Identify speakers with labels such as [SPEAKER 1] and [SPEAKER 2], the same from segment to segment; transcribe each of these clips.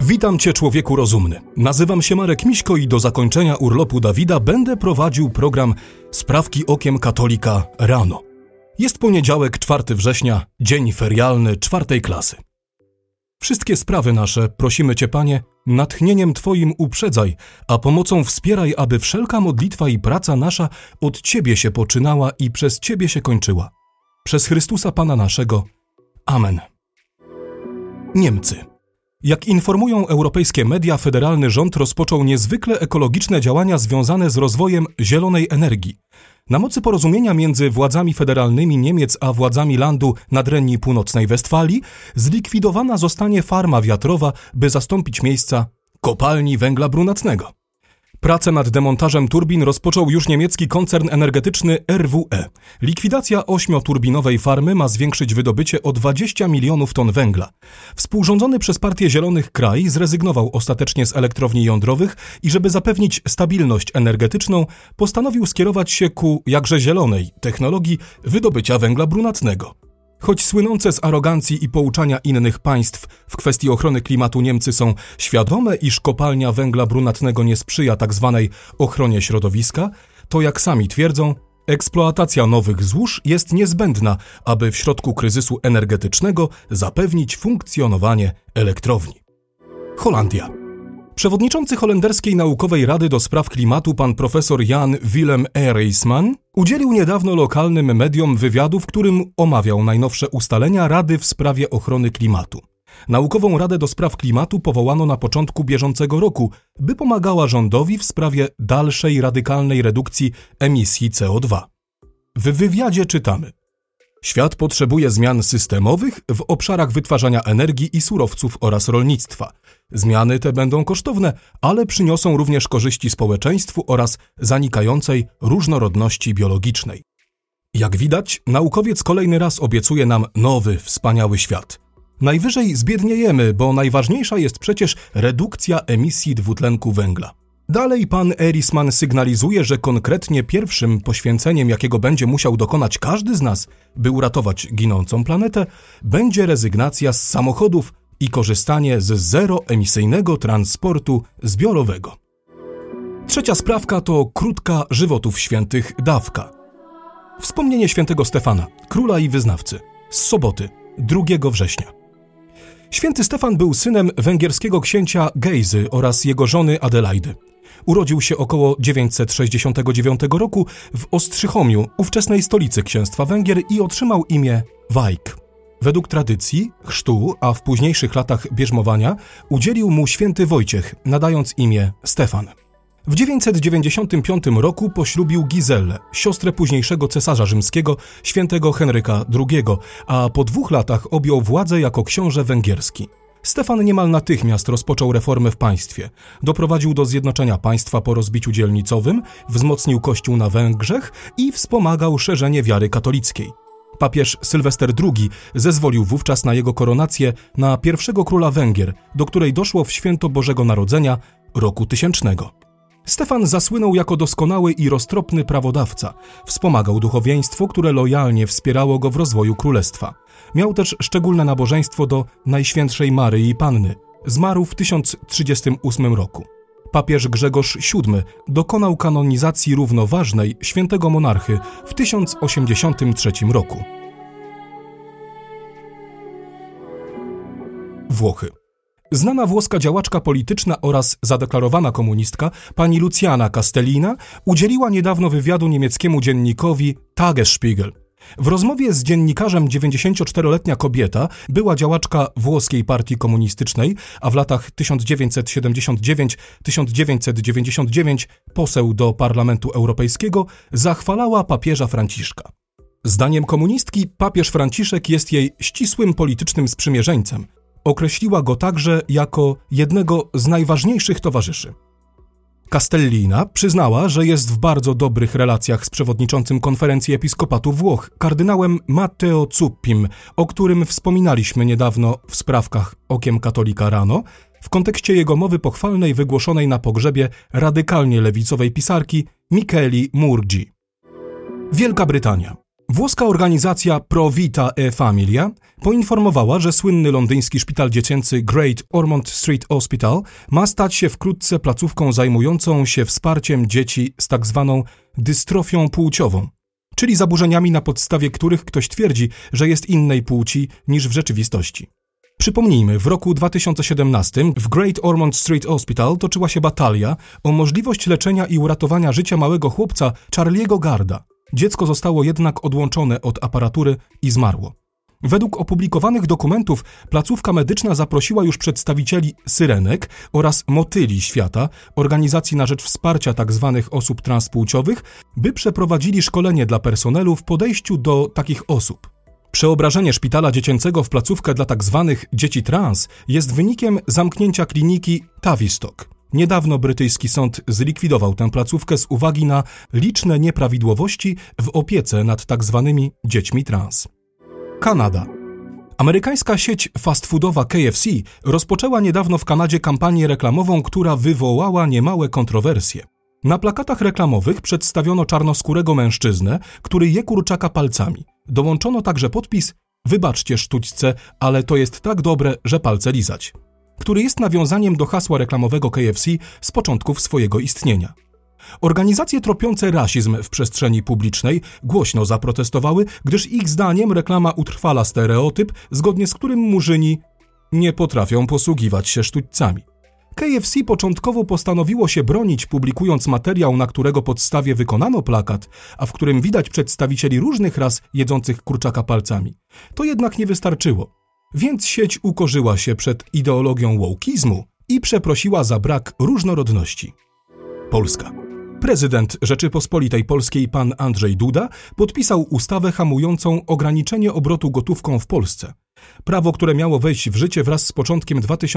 [SPEAKER 1] Witam Cię, człowieku rozumny. Nazywam się Marek Miśko i do zakończenia urlopu Dawida będę prowadził program Sprawki okiem katolika rano. Jest poniedziałek, 4 września, dzień ferialny 4 klasy. Wszystkie sprawy nasze, prosimy Cię, Panie, natchnieniem Twoim uprzedzaj, a pomocą wspieraj, aby wszelka modlitwa i praca nasza od Ciebie się poczynała i przez Ciebie się kończyła. Przez Chrystusa Pana naszego. Amen. Niemcy. Jak informują europejskie media, federalny rząd rozpoczął niezwykle ekologiczne działania związane z rozwojem zielonej energii. Na mocy porozumienia między władzami federalnymi Niemiec a władzami landu Nadrenii Północnej Westfalii zlikwidowana zostanie farma wiatrowa, by zastąpić miejsca kopalni węgla brunatnego. Pracę nad demontażem turbin rozpoczął już niemiecki koncern energetyczny RWE. Likwidacja 8-turbinowej farmy ma zwiększyć wydobycie o 20 milionów ton węgla. Współrządzony przez Partię Zielonych kraj zrezygnował ostatecznie z elektrowni jądrowych i żeby zapewnić stabilność energetyczną, postanowił skierować się ku jakże zielonej technologii wydobycia węgla brunatnego. Choć słynące z arogancji i pouczania innych państw w kwestii ochrony klimatu Niemcy są świadome, iż kopalnia węgla brunatnego nie sprzyja tzw. ochronie środowiska, to jak sami twierdzą, eksploatacja nowych złóż jest niezbędna, aby w środku kryzysu energetycznego zapewnić funkcjonowanie elektrowni. Holandia. Przewodniczący Holenderskiej Naukowej Rady do Spraw Klimatu pan profesor Jan Willem Eijsman udzielił niedawno lokalnym mediom wywiadu, w którym omawiał najnowsze ustalenia Rady w sprawie ochrony klimatu. Naukową Radę do Spraw Klimatu powołano na początku bieżącego roku, by pomagała rządowi w sprawie dalszej radykalnej redukcji emisji CO2. W wywiadzie czytamy: Świat potrzebuje zmian systemowych w obszarach wytwarzania energii i surowców oraz rolnictwa. Zmiany te będą kosztowne, ale przyniosą również korzyści społeczeństwu oraz zanikającej różnorodności biologicznej. Jak widać, naukowiec kolejny raz obiecuje nam nowy, wspaniały świat. Najwyżej zbiedniejemy, bo najważniejsza jest przecież redukcja emisji dwutlenku węgla. Dalej pan Eijsman sygnalizuje, że konkretnie pierwszym poświęceniem, jakiego będzie musiał dokonać każdy z nas, by uratować ginącą planetę, będzie rezygnacja z samochodów i korzystanie z zeroemisyjnego transportu zbiorowego. Trzecia sprawka to krótka żywotów świętych dawka. Wspomnienie świętego Stefana, króla i wyznawcy, z soboty, 2 września. Święty Stefan był synem węgierskiego księcia Gejzy oraz jego żony Adelaidy. Urodził się około 969 roku w Ostrzychomiu, ówczesnej stolicy księstwa Węgier, i otrzymał imię Wajk. Według tradycji, chrztu, a w późniejszych latach bierzmowania, udzielił mu święty Wojciech, nadając imię Stefan. W 995 roku poślubił Gizellę, siostrę późniejszego cesarza rzymskiego, świętego Henryka II, a po 2 latach objął władzę jako książę węgierski. Stefan niemal natychmiast rozpoczął reformy w państwie. Doprowadził do zjednoczenia państwa po rozbiciu dzielnicowym, wzmocnił kościół na Węgrzech i wspomagał szerzenie wiary katolickiej. Papież Sylwester II zezwolił wówczas na jego koronację na pierwszego króla Węgier, do której doszło w święto Bożego Narodzenia roku 1000. Stefan zasłynął jako doskonały i roztropny prawodawca. Wspomagał duchowieństwo, które lojalnie wspierało go w rozwoju królestwa. Miał też szczególne nabożeństwo do Najświętszej Maryi Panny. Zmarł w 1038 roku. Papież Grzegorz VII dokonał kanonizacji równoważnej świętego monarchy w 1083 roku. Włochy. Znana włoska działaczka polityczna oraz zadeklarowana komunistka pani Luciana Castellina udzieliła niedawno wywiadu niemieckiemu dziennikowi Tagesspiegel. W rozmowie z dziennikarzem 94-letnia kobieta, była działaczka włoskiej partii komunistycznej, a w latach 1979-1999 poseł do Parlamentu Europejskiego, zachwalała papieża Franciszka. Zdaniem komunistki papież Franciszek jest jej ścisłym politycznym sprzymierzeńcem. Określiła go także jako jednego z najważniejszych towarzyszy. Castellina przyznała, że jest w bardzo dobrych relacjach z przewodniczącym Konferencji Episkopatu Włoch, kardynałem Matteo Zuppim, o którym wspominaliśmy niedawno w sprawkach Okiem Katolika rano, w kontekście jego mowy pochwalnej wygłoszonej na pogrzebie radykalnie lewicowej pisarki Micheli Murgi. Wielka Brytania. Włoska organizacja Pro Vita e Familia poinformowała, że słynny londyński szpital dziecięcy Great Ormond Street Hospital ma stać się wkrótce placówką zajmującą się wsparciem dzieci z tak zwaną dystrofią płciową, czyli zaburzeniami, na podstawie których ktoś twierdzi, że jest innej płci niż w rzeczywistości. Przypomnijmy, w roku 2017 w Great Ormond Street Hospital toczyła się batalia o możliwość leczenia i uratowania życia małego chłopca Charlie'ego Garda. Dziecko zostało jednak odłączone od aparatury i zmarło. Według opublikowanych dokumentów placówka medyczna zaprosiła już przedstawicieli Syrenek oraz Motyli Świata, organizacji na rzecz wsparcia tzw. osób transpłciowych, by przeprowadzili szkolenie dla personelu w podejściu do takich osób. Przeobrażenie szpitala dziecięcego w placówkę dla tzw. dzieci trans jest wynikiem zamknięcia kliniki Tavistock. Niedawno brytyjski sąd zlikwidował tę placówkę z uwagi na liczne nieprawidłowości w opiece nad tzw. dziećmi trans. Kanada. Amerykańska sieć fast foodowa KFC rozpoczęła niedawno w Kanadzie kampanię reklamową, która wywołała niemałe kontrowersje. Na plakatach reklamowych przedstawiono czarnoskórego mężczyznę, który je kurczaka palcami. Dołączono także podpis „Wybaczcie sztućce, ale to jest tak dobre, że palce lizać”, który jest nawiązaniem do hasła reklamowego KFC z początków swojego istnienia. Organizacje tropiące rasizm w przestrzeni publicznej głośno zaprotestowały, gdyż ich zdaniem reklama utrwala stereotyp, zgodnie z którym murzyni nie potrafią posługiwać się sztućcami. KFC początkowo postanowiło się bronić, publikując materiał, na którego podstawie wykonano plakat, a w którym widać przedstawicieli różnych ras jedzących kurczaka palcami. To jednak nie wystarczyło. Więc sieć ukorzyła się przed ideologią wokeizmu i przeprosiła za brak różnorodności. Polska. Prezydent Rzeczypospolitej Polskiej pan Andrzej Duda podpisał ustawę hamującą ograniczenie obrotu gotówką w Polsce. Prawo, które miało wejść w życie wraz z początkiem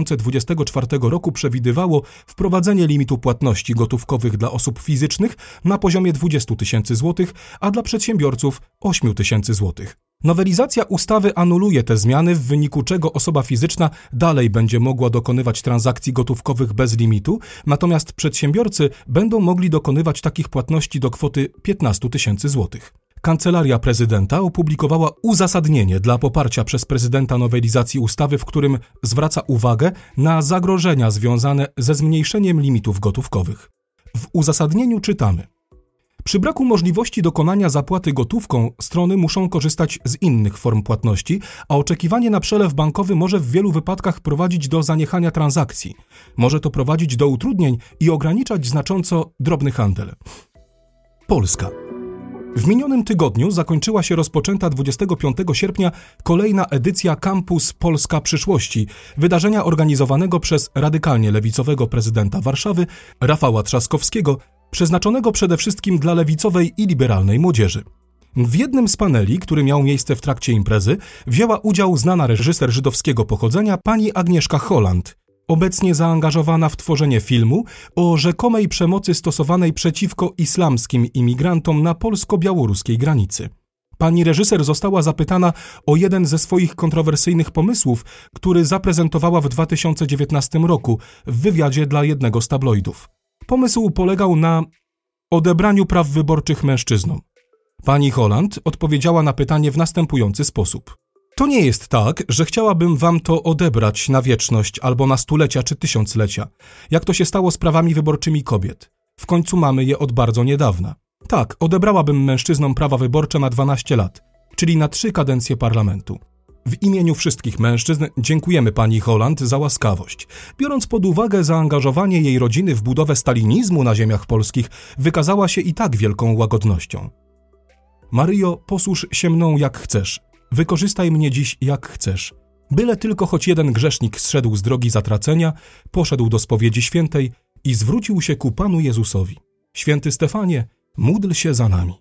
[SPEAKER 1] 2024 roku, przewidywało wprowadzenie limitu płatności gotówkowych dla osób fizycznych na poziomie 20 000 złotych, a dla przedsiębiorców 8 000 złotych. Nowelizacja ustawy anuluje te zmiany, w wyniku czego osoba fizyczna dalej będzie mogła dokonywać transakcji gotówkowych bez limitu, natomiast przedsiębiorcy będą mogli dokonywać takich płatności do kwoty 15 000 złotych. Kancelaria Prezydenta opublikowała uzasadnienie dla poparcia przez prezydenta nowelizacji ustawy, w którym zwraca uwagę na zagrożenia związane ze zmniejszeniem limitów gotówkowych. W uzasadnieniu czytamy: przy braku możliwości dokonania zapłaty gotówką strony muszą korzystać z innych form płatności, a oczekiwanie na przelew bankowy może w wielu wypadkach prowadzić do zaniechania transakcji. Może to prowadzić do utrudnień i ograniczać znacząco drobny handel. Polska. W minionym tygodniu zakończyła się rozpoczęta 25 sierpnia kolejna edycja Campus Polska Przyszłości, wydarzenia organizowanego przez radykalnie lewicowego prezydenta Warszawy Rafała Trzaskowskiego, przeznaczonego przede wszystkim dla lewicowej i liberalnej młodzieży. W jednym z paneli, który miał miejsce w trakcie imprezy, wzięła udział znana reżyser żydowskiego pochodzenia pani Agnieszka Holland, obecnie zaangażowana w tworzenie filmu o rzekomej przemocy stosowanej przeciwko islamskim imigrantom na polsko-białoruskiej granicy. Pani reżyser została zapytana o jeden ze swoich kontrowersyjnych pomysłów, który zaprezentowała w 2019 roku w wywiadzie dla jednego z tabloidów. Pomysł polegał na odebraniu praw wyborczych mężczyznom. Pani Holland odpowiedziała na pytanie w następujący sposób: to nie jest tak, że chciałabym wam to odebrać na wieczność albo na stulecia czy tysiąclecia, jak to się stało z prawami wyborczymi kobiet. W końcu mamy je od bardzo niedawna. Tak, odebrałabym mężczyznom prawa wyborcze na 12 lat, czyli na 3 kadencje parlamentu. W imieniu wszystkich mężczyzn dziękujemy pani Holland za łaskawość. Biorąc pod uwagę zaangażowanie jej rodziny w budowę stalinizmu na ziemiach polskich, wykazała się i tak wielką łagodnością. Maryjo, posłuż się mną jak chcesz. Wykorzystaj mnie dziś jak chcesz. Byle tylko choć jeden grzesznik zszedł z drogi zatracenia, poszedł do spowiedzi świętej i zwrócił się ku Panu Jezusowi. Święty Stefanie, módl się za nami.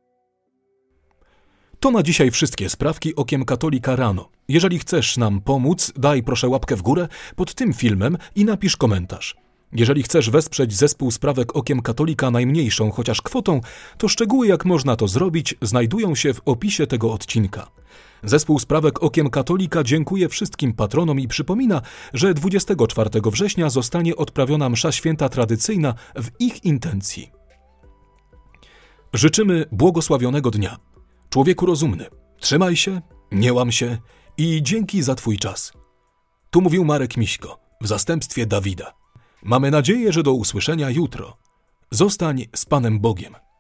[SPEAKER 1] To na dzisiaj wszystkie sprawki Okiem Katolika rano. Jeżeli chcesz nam pomóc, daj proszę łapkę w górę pod tym filmem i napisz komentarz. Jeżeli chcesz wesprzeć zespół Sprawek Okiem Katolika najmniejszą chociaż kwotą, to szczegóły, jak można to zrobić, znajdują się w opisie tego odcinka. Zespół Sprawek Okiem Katolika dziękuję wszystkim patronom i przypomina, że 24 września zostanie odprawiona msza święta tradycyjna w ich intencji. Życzymy błogosławionego dnia. Człowieku rozumny, trzymaj się, nie łam się i dzięki za twój czas. Tu mówił Marek Miśko w zastępstwie Dawida. Mamy nadzieję, że do usłyszenia jutro. Zostań z Panem Bogiem.